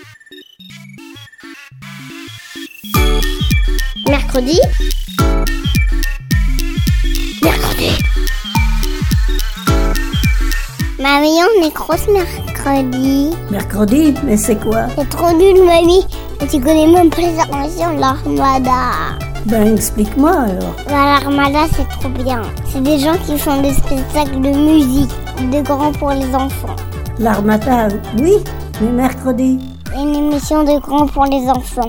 Mercredi. Mamie, on est grosse mercredi. Mercredi? Mais c'est quoi? C'est trop nul, mamie. Et tu connais même pas les armations de l'Armada. Ben, explique-moi alors. L'Armada, c'est trop bien. C'est des gens qui font des spectacles de musique, de grands pour les enfants. L'Armada, oui, mais mercredi? Une émission de grands pour les enfants.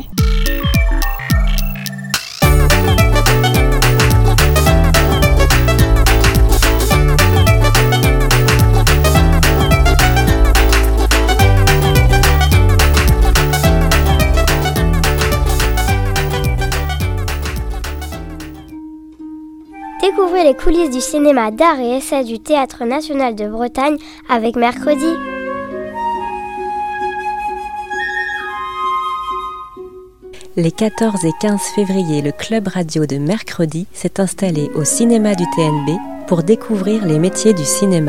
Découvrez les coulisses du cinéma d'art et essai du Théâtre National de Bretagne avec Mercredi. Les 14 et 15 février, le Club Radio de Mercredi s'est installé au cinéma du TNB pour découvrir les métiers du cinéma.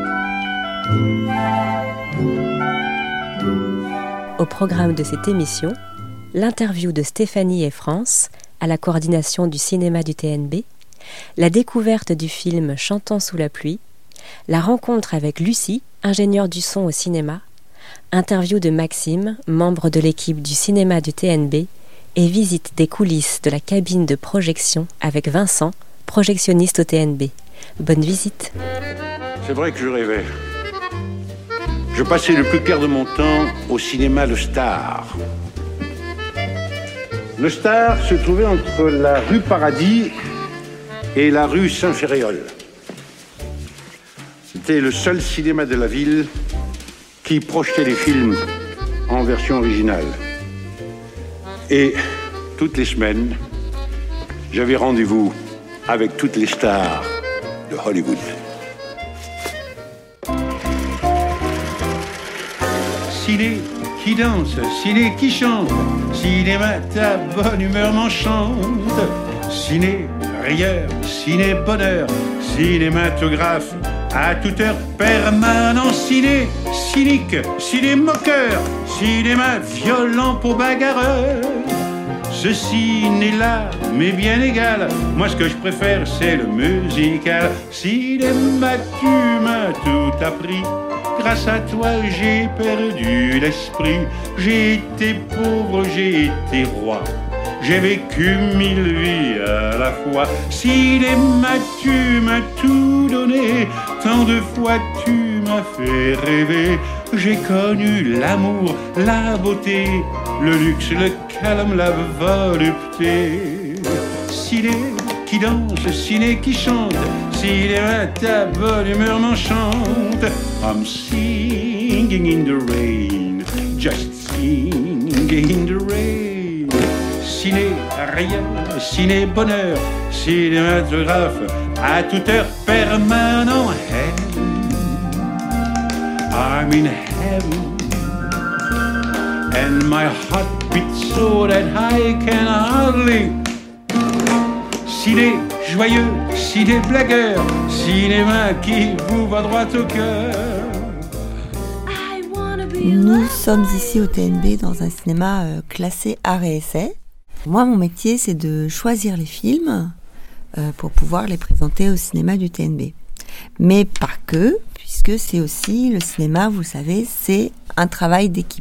Au programme de cette émission, l'interview de Stéphanie et France à la coordination du cinéma du TNB, la découverte du film Chantons sous la pluie, la rencontre avec Lucie, ingénieure du son au cinéma, interview de Maxime, membre de l'équipe du cinéma du TNB, et visite des coulisses de la cabine de projection avec Vincent, projectionniste au TNB. Bonne visite. C'est vrai que je rêvais. Je passais le plus clair de mon temps au cinéma Le Star. Le Star se trouvait entre la rue Paradis et la rue Saint-Féréol. C'était le seul cinéma de la ville qui projetait les films en version originale. Et toutes les semaines, j'avais rendez-vous avec toutes les stars de Hollywood. Ciné qui danse, ciné qui chante, cinéma ta bonne humeur m'enchante. Ciné rieur, ciné bonheur, cinématographe à toute heure permanent. Ciné cynique, ciné moqueur, cinéma violent pour bagarreur. Ce ciné-là m'est bien égal, moi ce que je préfère c'est le musical. Cinéma tu m'as tout appris, grâce à toi j'ai perdu l'esprit. J'ai été pauvre, j'ai été roi, j'ai vécu 1000 vies à la fois. Cinéma, tu m'as tout donné, tant de fois tu m'as fait rêver. J'ai connu l'amour, la beauté, le luxe, le calme, la volupté. Ciné qui danse, ciné qui chante, cinéma ta bonne humeur m'enchante. I'm singing in the rain, just singing in the rain. Ciné rien, ciné bonheur, cinématographe à toute heure permanent. I'm in heaven, and my heart beats so that I can hardly. Ciné joyeux, ciné blagueur, cinéma qui vous va droit au cœur. Nous sommes ici au TNB dans un cinéma classé art et essai. Moi, mon métier, c'est de choisir les films pour pouvoir les présenter au cinéma du TNB. Mais pas que, puisque c'est aussi, le cinéma, vous le savez, c'est un travail d'équipe.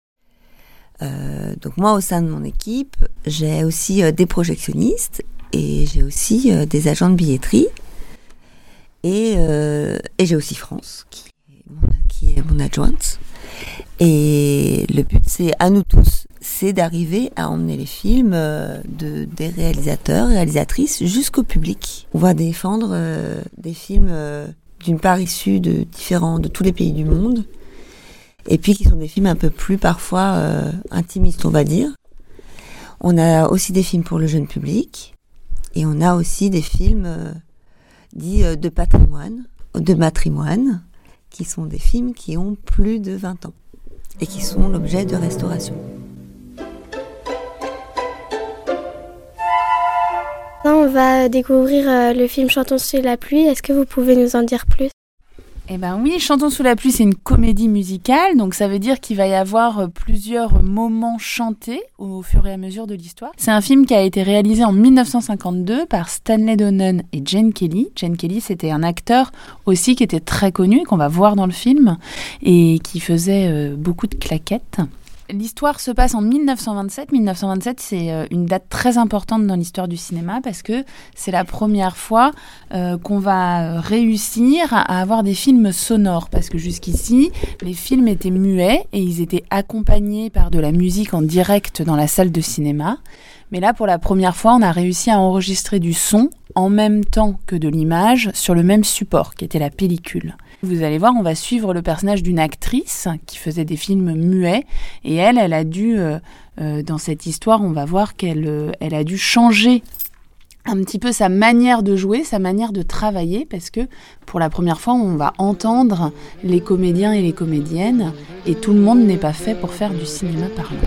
Donc moi, au sein de mon équipe, j'ai aussi des projectionnistes et j'ai aussi des agents de billetterie. Et j'ai aussi France, qui est mon adjointe. Et le but, c'est à nous tous, c'est d'arriver à emmener les films des réalisateurs, réalisatrices jusqu'au public. On va défendre des films d'une part issus de tous les pays du monde, et puis qui sont des films un peu plus parfois intimistes, on va dire. On a aussi des films pour le jeune public, et on a aussi des films dits de patrimoine, de matrimoine, qui sont des films qui ont plus de 20 ans et qui sont l'objet de restauration. On va découvrir le film Chantons sous la pluie. Est-ce que vous pouvez nous en dire plus ? Eh ben oui, Chantons sous la pluie, c'est une comédie musicale, donc ça veut dire qu'il va y avoir plusieurs moments chantés au fur et à mesure de l'histoire. C'est un film qui a été réalisé en 1952 par Stanley Donen et Gene Kelly. Gene Kelly, c'était un acteur aussi qui était très connu, qu'on va voir dans le film, et qui faisait beaucoup de claquettes. L'histoire se passe en 1927. 1927, c'est une date très importante dans l'histoire du cinéma parce que c'est la première fois qu'on va réussir à avoir des films sonores. Parce que jusqu'ici, les films étaient muets et ils étaient accompagnés par de la musique en direct dans la salle de cinéma. Mais là, pour la première fois, on a réussi à enregistrer du son en même temps que de l'image sur le même support, qui était la pellicule. Vous allez voir, on va suivre le personnage d'une actrice qui faisait des films muets. Et elle a dû, dans cette histoire, on va voir qu'elle a dû changer un petit peu sa manière de jouer, sa manière de travailler, parce que pour la première fois, on va entendre les comédiens et les comédiennes, et tout le monde n'est pas fait pour faire du cinéma parlant.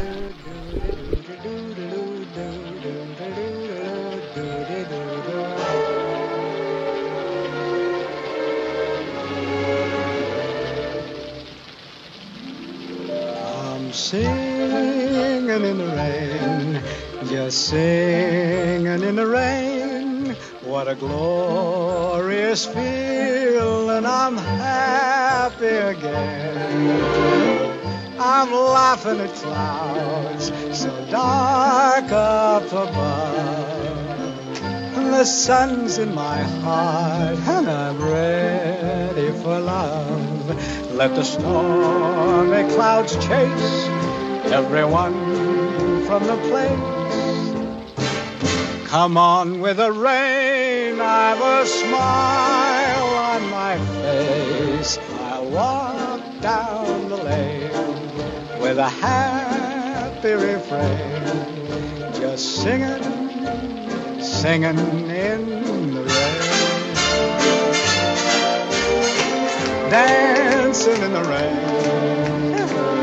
Singing in the rain, just singing in the rain. What a glorious feeling, I'm happy again. I'm laughing at clouds so dark up above. The sun's in my heart and I'm ready for love. Let the stormy clouds chase everyone from the place. Come on with the rain, I've a smile on my face. I'll walk down the lane with a happy refrain, just singing, singing in the rain. Dancing in the rain.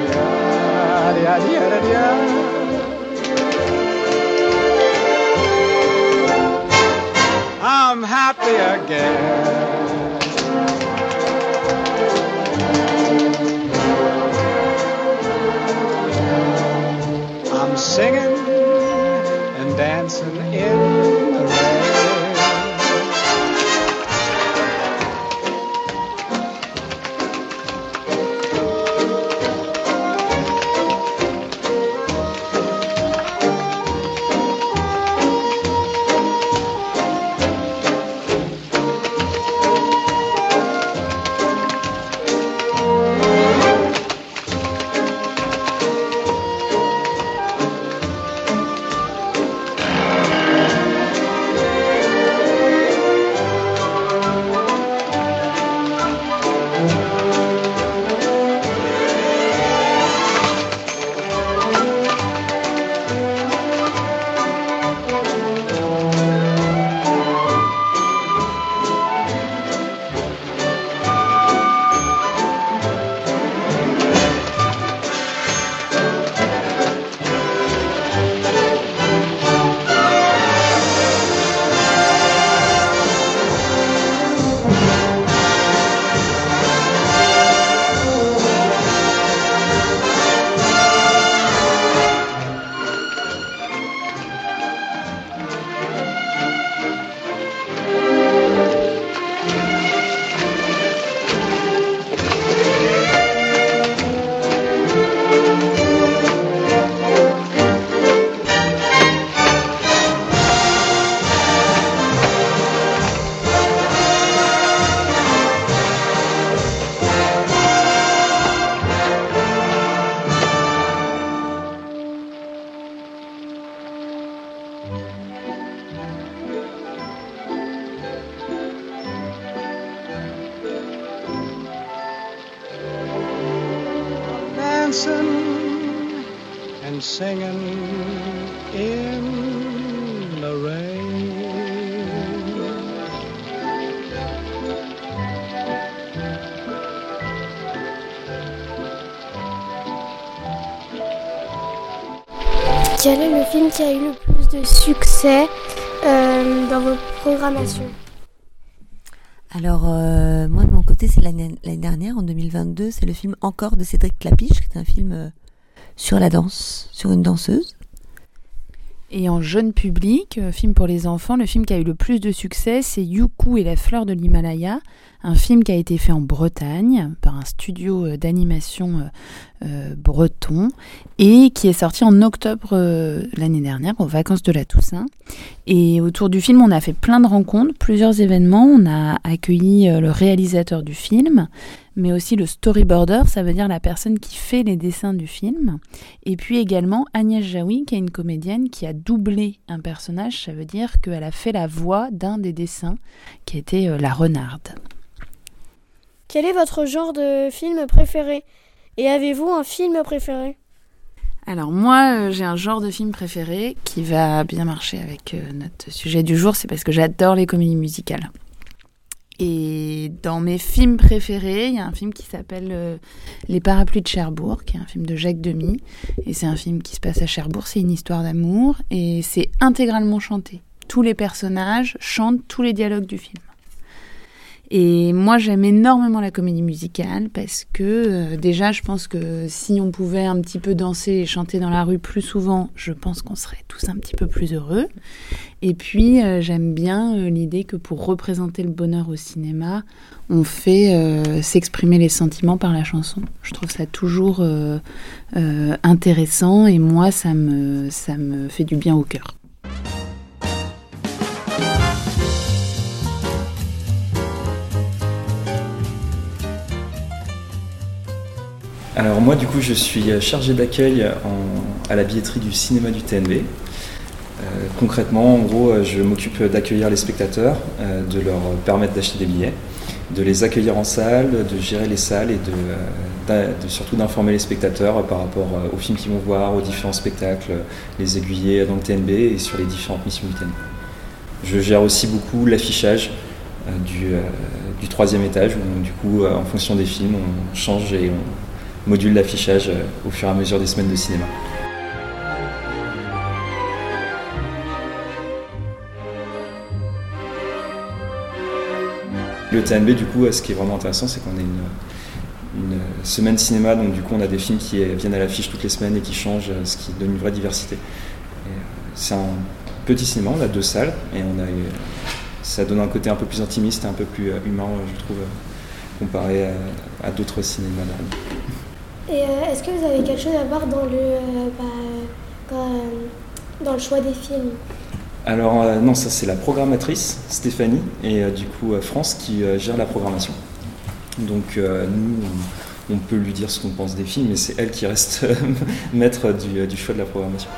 I'm happy again. I'm singing and dancing in the rain. Dancing and singing in the rain. Quel est le film qui a eu le plus de succès dans votre programmation ? Alors, moi de mon côté, nouveauté, c'est l'année dernière, en 2022, c'est le film Encore de Cédric Clapiche, qui est un film sur la danse, sur une danseuse. Et en jeune public, film pour les enfants, le film qui a eu le plus de succès, c'est Youkou et la fleur de l'Himalaya, un film qui a été fait en Bretagne par un studio d'animation breton et qui est sorti en octobre l'année dernière, aux vacances de la Toussaint. Et autour du film, on a fait plein de rencontres, plusieurs événements. On a accueilli le réalisateur du film, mais aussi le storyboarder, ça veut dire la personne qui fait les dessins du film. Et puis également Agnès Jaoui, qui est une comédienne qui a doublé un personnage, ça veut dire qu'elle a fait la voix d'un des dessins, qui était la renarde. Quel est votre genre de film préféré ? Et avez-vous un film préféré ? Alors moi, j'ai un genre de film préféré qui va bien marcher avec notre sujet du jour, c'est parce que j'adore les comédies musicales. Et dans mes films préférés, il y a un film qui s'appelle Les Parapluies de Cherbourg, qui est un film de Jacques Demy. Et c'est un film qui se passe à Cherbourg, c'est une histoire d'amour, et c'est intégralement chanté. Tous les personnages chantent tous les dialogues du film. Et moi, j'aime énormément la comédie musicale parce que déjà, je pense que si on pouvait un petit peu danser et chanter dans la rue plus souvent, je pense qu'on serait tous un petit peu plus heureux. Et puis, j'aime bien l'idée que pour représenter le bonheur au cinéma, on fait s'exprimer les sentiments par la chanson. Je trouve ça toujours intéressant et moi, ça me fait du bien au cœur. Alors moi du coup je suis chargé d'accueil à la billetterie du cinéma du TNB. Concrètement en gros je m'occupe d'accueillir les spectateurs, de leur permettre d'acheter des billets, de les accueillir en salle, de gérer les salles et surtout d'informer les spectateurs par rapport aux films qu'ils vont voir, aux différents spectacles, les aiguiller dans le TNB et sur les différentes missions du TNB. Je gère aussi beaucoup l'affichage du 3e étage où du coup en fonction des films on change et on module l'affichage au fur et à mesure des semaines de cinéma. Le TNB, du coup, ce qui est vraiment intéressant, c'est qu'on a une semaine cinéma, donc du coup on a des films qui viennent à l'affiche toutes les semaines et qui changent, ce qui donne une vraie diversité. Et c'est un petit cinéma, on a 2 salles, et ça donne un côté un peu plus intimiste et un peu plus humain, je trouve, comparé à d'autres cinémas d'Arles. Et est-ce que vous avez quelque chose à voir dans le choix des films ? Alors non, ça c'est la programmatrice Stéphanie et du coup France qui gère la programmation. Donc nous, on peut lui dire ce qu'on pense des films, mais c'est elle qui reste maître du choix de la programmation.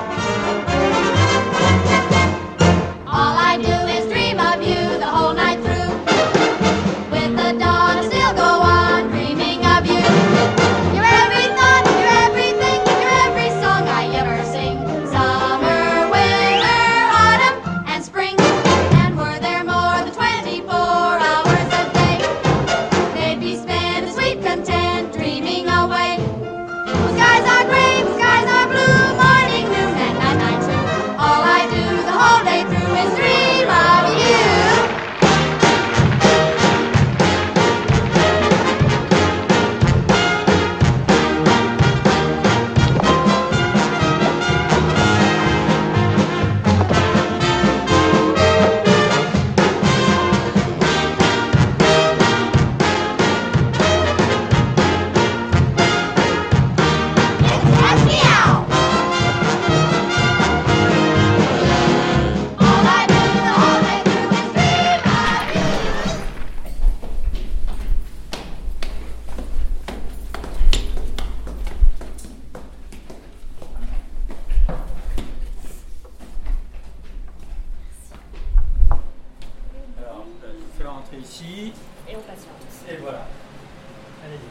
Ici. Et on patiente. Et voilà. Allez-y.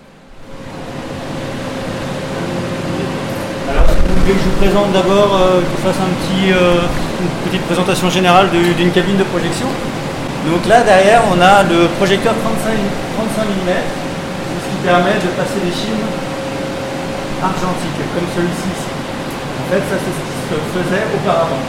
Alors, vous voulez que je vous présente d'abord, que je vous fasse une petite présentation générale d'une cabine de projection. Donc là, derrière, on a le projecteur 35 mm, ce qui permet de passer des films argentiques, comme celui-ci. En fait, ça, c'est ce qui se faisait auparavant.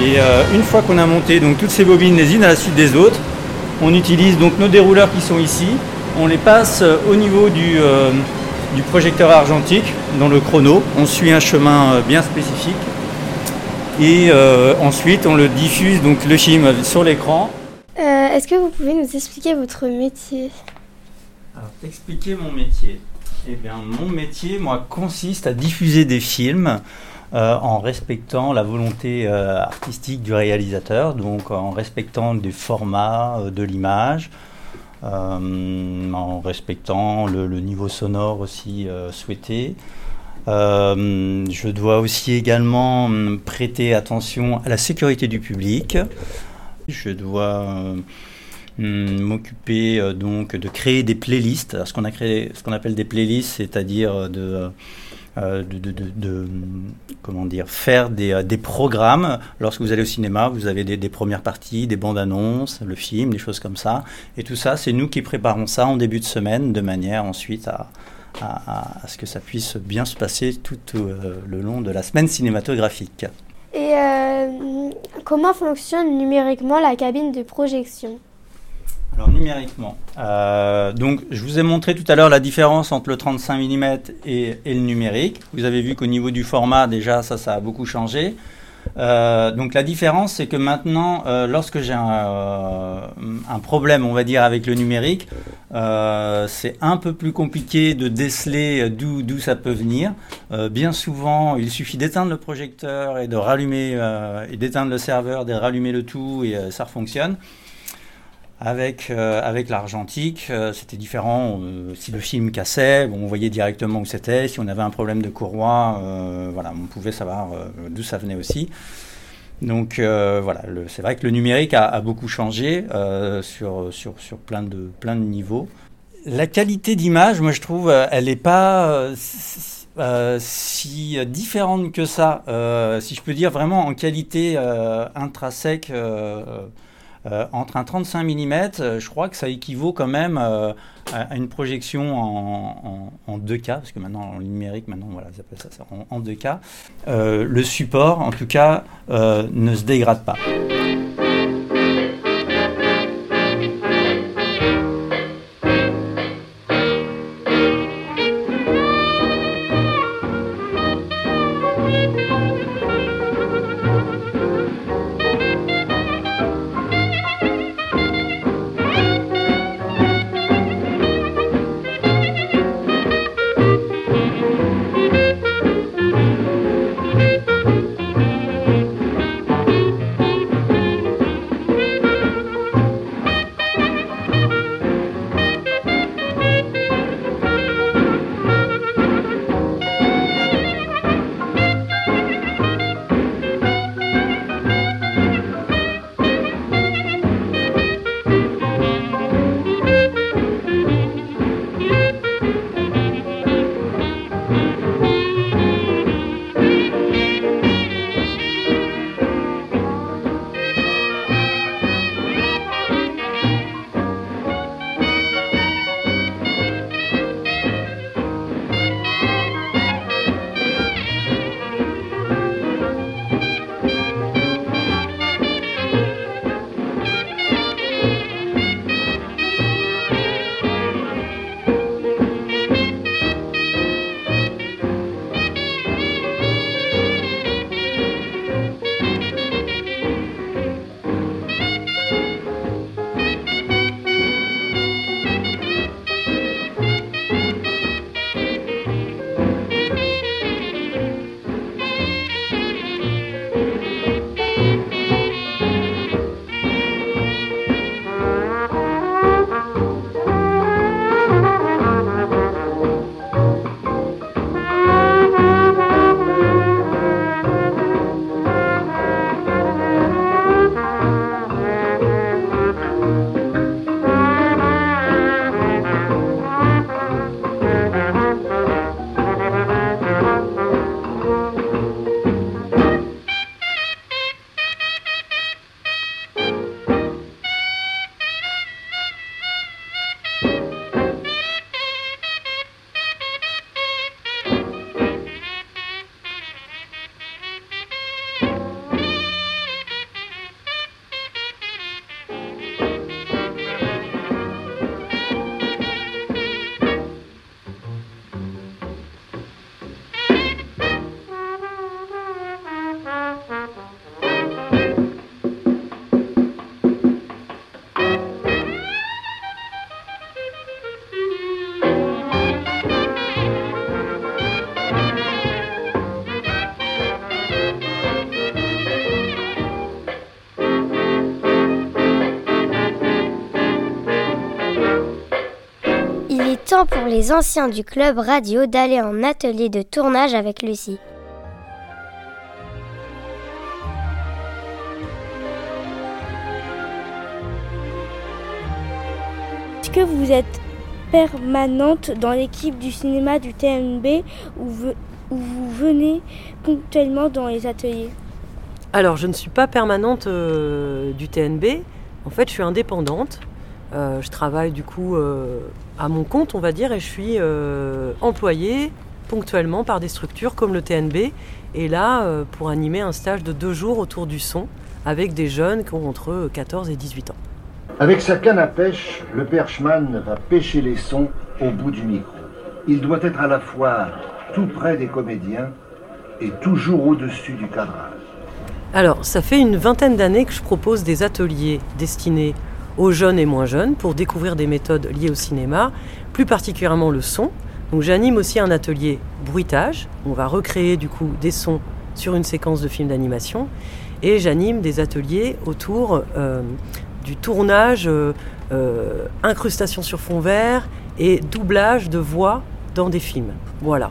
Et une fois qu'on a monté donc, toutes ces bobines les unes à la suite des autres, on utilise donc nos dérouleurs qui sont ici, on les passe au niveau du projecteur argentique dans le chrono, on suit un chemin bien spécifique et ensuite on le diffuse donc le film sur l'écran. Est-ce que vous pouvez nous expliquer votre métier ? Alors, expliquer mon métier. Eh bien, mon métier, moi, consiste à diffuser des films en respectant la volonté artistique du réalisateur, donc en respectant des formats de l'image, en respectant le niveau sonore aussi souhaité. Je dois aussi également prêter attention à la sécurité du public. Je dois m'occuper donc de créer des playlists. Alors, ce qu'on appelle des playlists, c'est-à-dire faire des programmes. Lorsque vous allez au cinéma, vous avez des premières parties, des bandes annonces, le film, des choses comme ça. Et tout ça, c'est nous qui préparons ça en début de semaine, de manière ensuite à ce que ça puisse bien se passer tout le long de la semaine cinématographique. Et comment fonctionne numériquement la cabine de projection ? Alors numériquement, donc je vous ai montré tout à l'heure la différence entre le 35 mm et le numérique. Vous avez vu qu'au niveau du format, déjà, ça a beaucoup changé. Donc la différence, c'est que maintenant, lorsque j'ai un problème, on va dire, avec le numérique, c'est un peu plus compliqué de déceler d'où ça peut venir. Bien souvent, il suffit d'éteindre le projecteur et de rallumer, et d'éteindre le serveur, de rallumer le tout et ça fonctionne. Avec l'argentique, c'était différent. Si le film cassait, on voyait directement où c'était. Si on avait un problème de courroie, on pouvait savoir d'où ça venait aussi. Donc c'est vrai que le numérique a beaucoup changé sur plein de niveaux. La qualité d'image, moi je trouve, elle n'est pas si différente que ça. Si je peux dire vraiment en qualité intrinsèque. Entre un 35 mm, je crois que ça équivaut quand même à une projection en 2K, parce que maintenant, en numérique, ils appellent ça en 2K. Le support, en tout cas, ne se dégrade pas. temps pour les anciens du club radio d'aller en atelier de tournage avec Lucie. Est-ce que vous êtes permanente dans l'équipe du cinéma du TNB ou vous venez ponctuellement dans les ateliers ? Alors, je ne suis pas permanente du TNB. En fait, je suis indépendante. Je travaille du coup à mon compte, on va dire, et je suis employée ponctuellement par des structures comme le TNB. Et là, pour animer un stage de 2 jours autour du son avec des jeunes qui ont entre 14 et 18 ans. Avec sa canne à pêche, le perchman va pêcher les sons au bout du micro. Il doit être à la fois tout près des comédiens et toujours au-dessus du cadrage. Alors, ça fait une 20aine d'années que je propose des ateliers destinés aux jeunes et moins jeunes pour découvrir des méthodes liées au cinéma, plus particulièrement le son. Donc j'anime aussi un atelier bruitage. On va recréer du coup des sons sur une séquence de film d'animation. Et j'anime des ateliers autour du tournage, incrustation sur fond vert et doublage de voix dans des films. Voilà.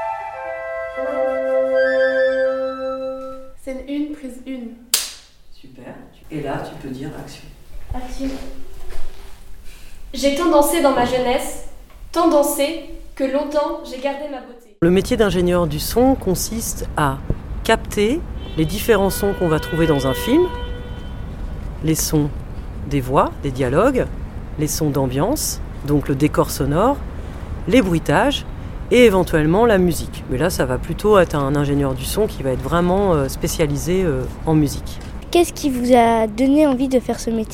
Scène 1, prise 1. Super. Et là, tu peux dire action. Action. J'ai tant dansé dans ma jeunesse, tant dansé que longtemps j'ai gardé ma beauté. Le métier d'ingénieur du son consiste à capter les différents sons qu'on va trouver dans un film, les sons des voix, des dialogues, les sons d'ambiance, donc le décor sonore, les bruitages et éventuellement la musique. Mais là, ça va plutôt être un ingénieur du son qui va être vraiment spécialisé en musique. Qu'est-ce qui vous a donné envie de faire ce métier ?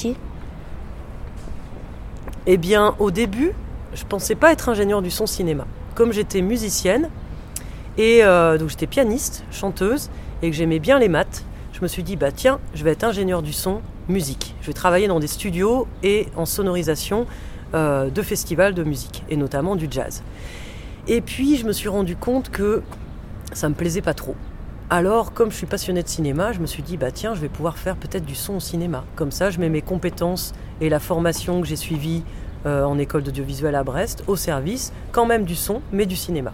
Eh bien, au début, je pensais pas être ingénieur du son cinéma. Comme j'étais musicienne, et donc j'étais pianiste, chanteuse, et que j'aimais bien les maths, je me suis dit, tiens, je vais être ingénieur du son musique. Je vais travailler dans des studios et en sonorisation de festivals de musique, et notamment du jazz. Et puis, je me suis rendu compte que ça me plaisait pas trop. Alors, comme je suis passionnée de cinéma, je me suis dit, tiens, je vais pouvoir faire peut-être du son au cinéma. Comme ça, je mets mes compétences et la formation que j'ai suivie en école d'audiovisuel à Brest au service, quand même du son, mais du cinéma.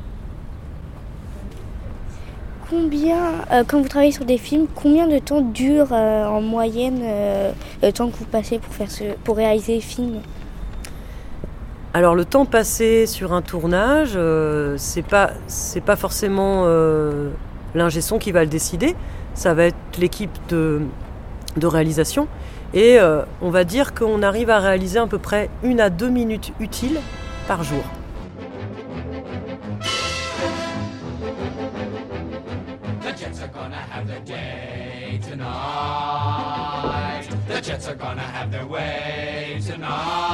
Quand vous travaillez sur des films, combien de temps dure en moyenne le temps que vous passez pour réaliser les films ? Alors le temps passé sur un tournage, c'est pas forcément l'ingé son qui va le décider, ça va être l'équipe de réalisation. Et on va dire qu'on arrive à réaliser à peu près 1 à 2 minutes utiles par jour. The Jets are gonna have their way tonight.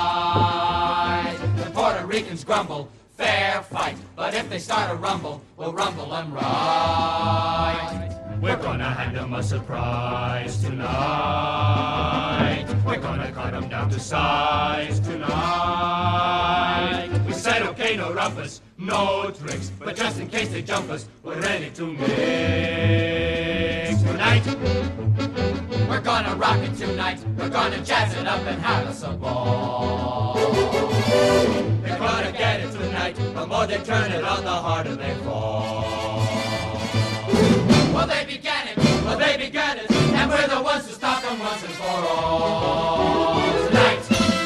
The Puerto Ricans grumble, fair fight. But if they start a rumble, we'll rumble them right. We're gonna hand them a surprise tonight. We're gonna cut them down to size tonight. We said okay, no rumpus, no tricks. But just in case they jump us, we're ready to mix tonight. We're gonna rock it tonight. We're gonna jazz it up and have us a ball. They're gonna get it tonight. The more they turn it on, the harder they fall. Well, they began it. Well, they began it. And we're the ones to stop them once and for all. Tonight.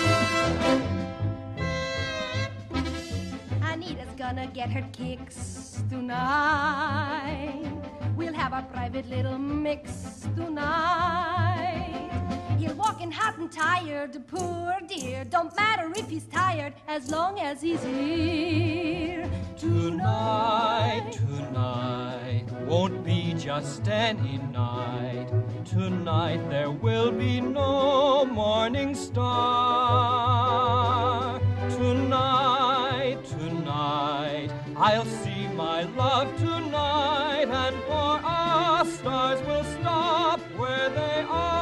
Anita's gonna get her kicks tonight. We'll have our private little mix tonight. He'll walk in hot and tired, poor dear. Don't matter if he's tired, as long as he's here. Tonight, tonight won't be just any night. Tonight there will be no morning star. Tonight, tonight I'll see my love tonight, and for us stars will stop where they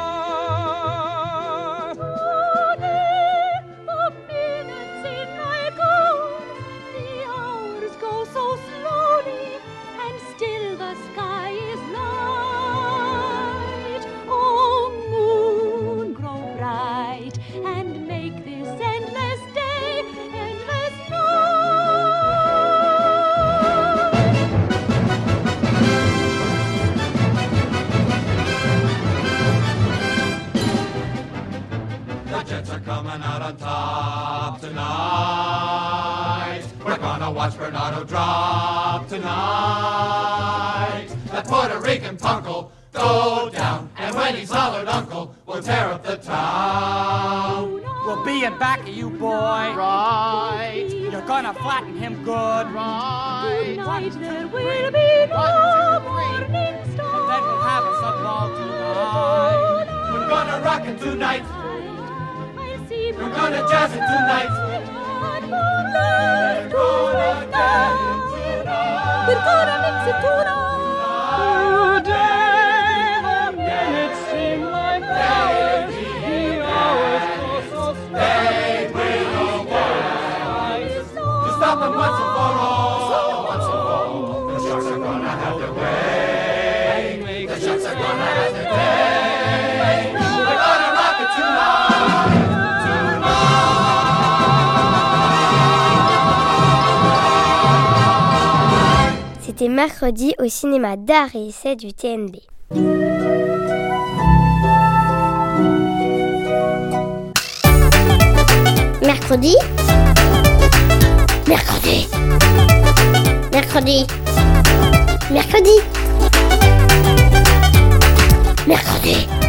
are. Slowly, the minutes seem like hours, the hours go so slowly, and still the sky is light. Oh, moon, grow bright, and coming out on top tonight. We're gonna watch Bernardo drop tonight. That Puerto Rican punk'll go down, and when he's hollered uncle, we'll tear up the town. We'll be in back of you, boy. Right. You're gonna flatten him good. Right. Tonight there will be no morning star. And then we'll have us a ball tonight. We're gonna rock it tonight. We're gonna jazz it tonight. We're gonna get it tonight. We're gonna mix it tonight. Today the minutes seem like hours. The hours go so slow. They will wait to stop them once and for all. Once and for all. The Sharks are gonna have their way. The Sharks are gonna have their way. We're gonna rock it tonight. C'était mercredi au cinéma d'art et essai du TNB. Mercredi. Mercredi. Mercredi. Mercredi. Mercredi.